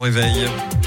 Réveil.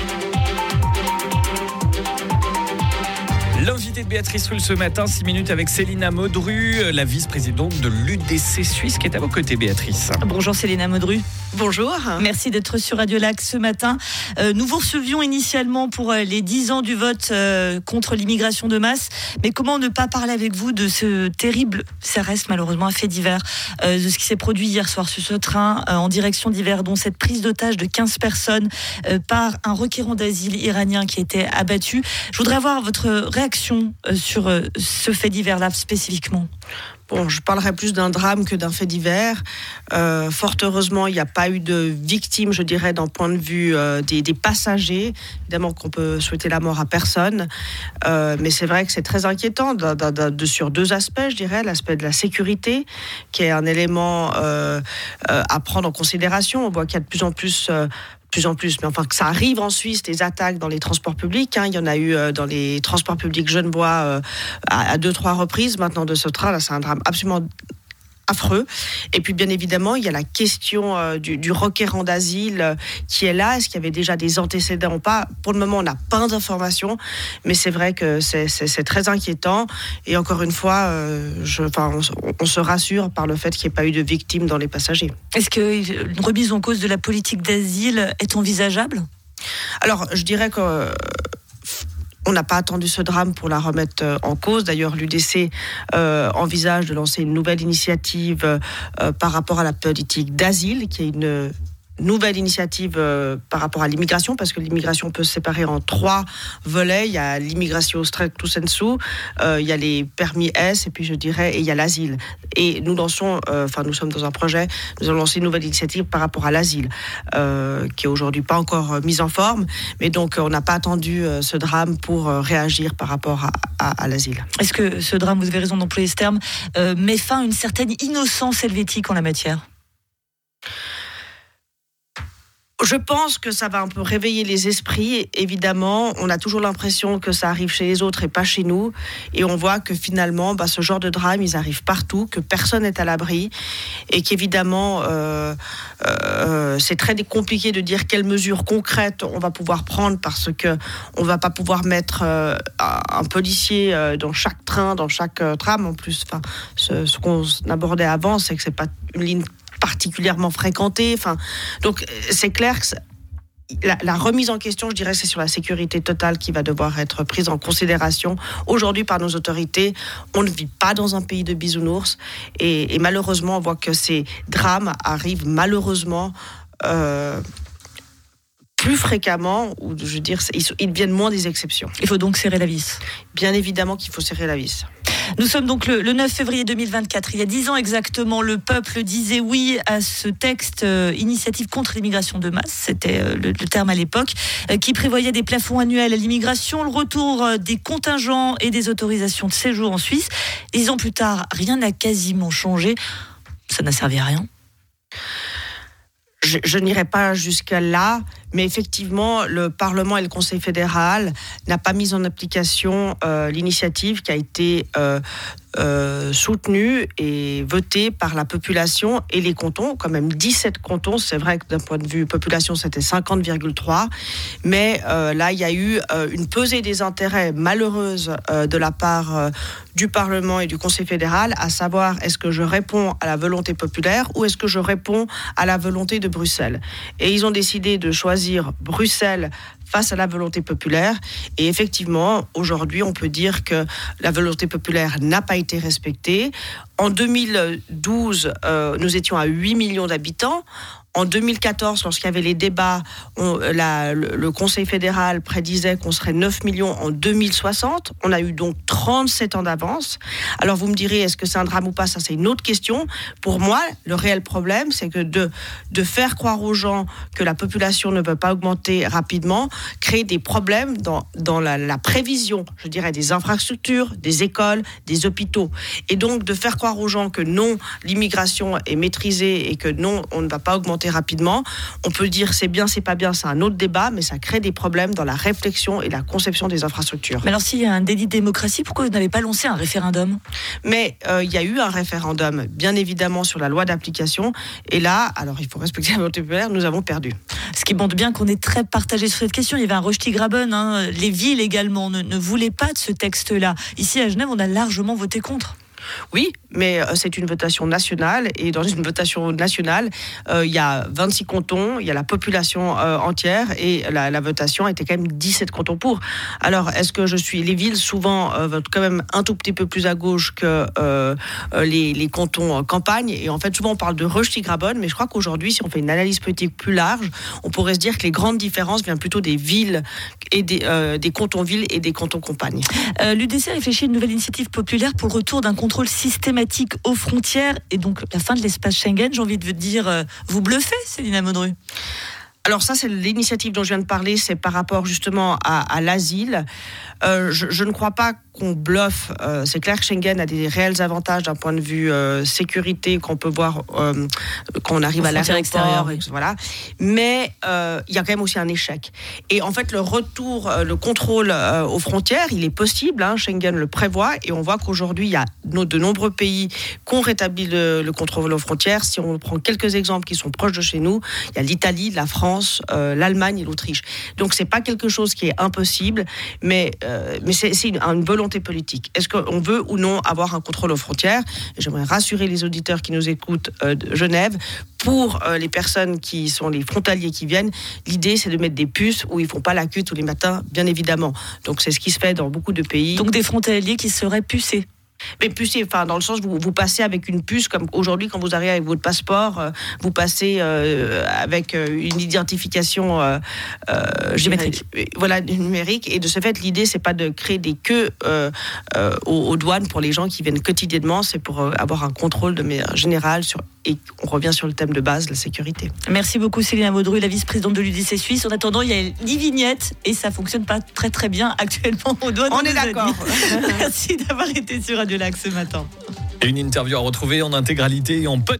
L'invité de Béatrice Rulle ce matin, 6 minutes avec Céline Modru, la vice-présidente de l'UDC Suisse qui est à vos côtés, Béatrice. Bonjour Céline Modru. Bonjour. Merci d'être sur Radio Lac ce matin. Nous vous recevions initialement pour les 10 ans du vote contre l'immigration de masse. Mais comment ne pas parler avec vous de ce terrible, ça reste malheureusement un fait divers, de ce qui s'est produit hier soir sur ce train en direction d'Yverdon, cette prise d'otage de 15 personnes par un requérant d'asile iranien qui a été abattu. Je voudrais avoir votre réaction sur ce fait divers-là spécifiquement. Bon, je parlerai plus d'un drame que d'un fait divers. Fort heureusement, il n'y a pas eu de victimes, je dirais, d'un point de vue des passagers. Évidemment qu'on peut souhaiter la mort à personne. Mais c'est vrai que c'est très inquiétant sur deux aspects, je dirais. L'aspect de la sécurité, qui est un élément à prendre en considération. On voit qu'il y a de plus en plus, mais enfin que ça arrive en Suisse, des attaques dans les transports publics. Il y en a eu dans les transports publics genevois à 2-3 reprises maintenant de ce train. Là, c'est un drame absolument affreux. Et puis bien évidemment, il y a la question du requérant d'asile qui est là. Est-ce qu'il y avait déjà des antécédents ou pas ? Pour le moment, on n'a pas d'informations, mais c'est vrai que c'est très inquiétant. Et encore une fois, on se rassure par le fait qu'il n'y ait pas eu de victimes dans les passagers. Est-ce qu'une remise en cause de la politique d'asile est envisageable ? Alors, je dirais que on n'a pas attendu ce drame pour la remettre en cause. D'ailleurs, l'UDC envisage de lancer une nouvelle initiative par rapport à la politique d'asile, qui est une nouvelle initiative par rapport à l'immigration, parce que l'immigration peut se séparer en 3 volets. Il y a l'immigration stricto sensu, il y a les permis S, et puis je dirais, et il y a l'asile. Et nous sommes dans un projet, nous allons lancer une nouvelle initiative par rapport à l'asile, qui est aujourd'hui pas encore mise en forme, mais donc on n'a pas attendu ce drame pour réagir par rapport à l'asile. Est-ce que ce drame, vous avez raison d'employer ce terme, met fin à une certaine innocence helvétique en la matière ? Je pense que ça va un peu réveiller les esprits. Évidemment, on a toujours l'impression que ça arrive chez les autres et pas chez nous. Et on voit que finalement, ce genre de drame, ils arrivent partout, que personne n'est à l'abri. Et qu'évidemment, c'est très compliqué de dire quelles mesures concrètes on va pouvoir prendre, parce qu'on ne va pas pouvoir mettre un policier dans chaque train, dans chaque tram. En plus, ce qu'on abordait avant, c'est que ce n'est pas une ligne particulièrement fréquentée. Donc c'est clair que la remise en question, je dirais, c'est sur la sécurité totale qui va devoir être prise en considération aujourd'hui par nos autorités. On ne vit pas dans un pays de bisounours, et malheureusement on voit que ces drames arrivent malheureusement plus fréquemment, ou je veux dire, ils deviennent moins des exceptions. Il faut donc serrer la vis. Bien évidemment qu'il faut serrer la vis. Nous sommes donc le 9 février 2024. Il y a 10 ans exactement, le peuple disait oui à ce texte initiative contre l'immigration de masse, c'était le terme à l'époque, qui prévoyait des plafonds annuels à l'immigration, le retour des contingents et des autorisations de séjour en Suisse. 10 ans plus tard, rien n'a quasiment changé. Ça n'a servi à rien. Je n'irai pas jusqu'à là, mais effectivement, le Parlement et le Conseil fédéral n'ont pas mis en application l'initiative qui a été soutenue et votée par la population et les cantons, quand même 17 cantons. C'est vrai que d'un point de vue population, c'était 50,3. Mais là, il y a eu une pesée des intérêts malheureuse de la part du Parlement et du Conseil fédéral, à savoir, est-ce que je réponds à la volonté populaire ou est-ce que je réponds à la volonté de Bruxelles ? Et ils ont décidé de choisir Bruxelles face à la volonté populaire. Et effectivement, aujourd'hui, on peut dire que la volonté populaire n'a pas été respectée. En 2012, nous étions à 8 millions d'habitants. En 2014, lorsqu'il y avait les débats, le Conseil fédéral prédisait qu'on serait 9 millions en 2060. On a eu donc 37 ans d'avance. Alors vous me direz, est-ce que c'est un drame ou pas ? Ça, c'est une autre question. Pour moi, le réel problème, c'est que de faire croire aux gens que la population ne peut pas augmenter rapidement, crée des problèmes dans la prévision, je dirais, des infrastructures, des écoles, des hôpitaux. Et donc, de faire croire aux gens que non, l'immigration est maîtrisée et que non, on ne va pas augmenter implémenter rapidement. On peut dire c'est bien, c'est pas bien, c'est un autre débat, mais ça crée des problèmes dans la réflexion et la conception des infrastructures. Mais alors s'il y a un délit de démocratie, pourquoi vous n'avez pas lancé un référendum ? Mais il y a eu un référendum, bien évidemment, sur la loi d'application. Et là, alors il faut respecter la volonté populaire, nous avons perdu. Ce qui montre bien qu'on est très partagé sur cette question. Il y avait un Rösti-Graben, les villes également ne voulaient pas de ce texte-là. Ici à Genève, on a largement voté contre. Oui, mais c'est une votation nationale et dans une votation nationale, il y a 26 cantons, il y a la population entière et la votation était quand même 17 cantons pour. Alors, est-ce que les villes souvent votent quand même un tout petit peu plus à gauche que les cantons campagne et en fait souvent on parle de Rösti-Graben, mais je crois qu'aujourd'hui si on fait une analyse politique plus large, on pourrait se dire que les grandes différences viennent plutôt des villes et des cantons-villes et des cantons campagne. L'UDC réfléchit à une nouvelle initiative populaire pour le retour d'un contrôle systématique aux frontières et donc la fin de l'espace Schengen. J'ai envie de vous dire, vous bluffez, Céline Amodru. Alors ça, c'est l'initiative dont je viens de parler, c'est par rapport justement à l'asile. Je ne crois pas qu'on bluffe. C'est clair que Schengen a des réels avantages d'un point de vue sécurité qu'on peut voir quand on arrive à l'aéroport. Voilà. Mais il y a quand même aussi un échec. Et en fait, le retour, le contrôle aux frontières, il est possible. Schengen le prévoit. Et on voit qu'aujourd'hui, il y a de nombreux pays qui ont rétabli le contrôle aux frontières. Si on prend quelques exemples qui sont proches de chez nous, il y a l'Italie, la France, l'Allemagne et l'Autriche. Donc, c'est pas quelque chose qui est impossible, mais c'est une volonté politique. Est-ce qu'on veut ou non avoir un contrôle aux frontières ? Et j'aimerais rassurer les auditeurs qui nous écoutent de Genève. Pour les personnes qui sont les frontaliers qui viennent, l'idée c'est de mettre des puces où ils font pas la queue tous les matins, bien évidemment. Donc c'est ce qui se fait dans beaucoup de pays. Donc des frontaliers qui seraient pucés. Mais pucé, dans le sens où vous passez avec une puce, comme aujourd'hui quand vous arrivez avec votre passeport, vous passez avec une identification géométrique. Numérique. Et de ce fait, l'idée c'est pas de créer des queues aux douanes pour les gens qui viennent quotidiennement, c'est pour avoir un contrôle de manière générale et on revient sur le thème de base, la sécurité. Merci beaucoup Céline Amodru, la vice-présidente de l'UDC Suisse. En attendant, il y a l'e-vignette et ça fonctionne pas très très bien actuellement aux douanes. On est d'accord. Merci d'avoir été sur Radio Lac ce matin. Et une interview à retrouver en intégralité et en podcast.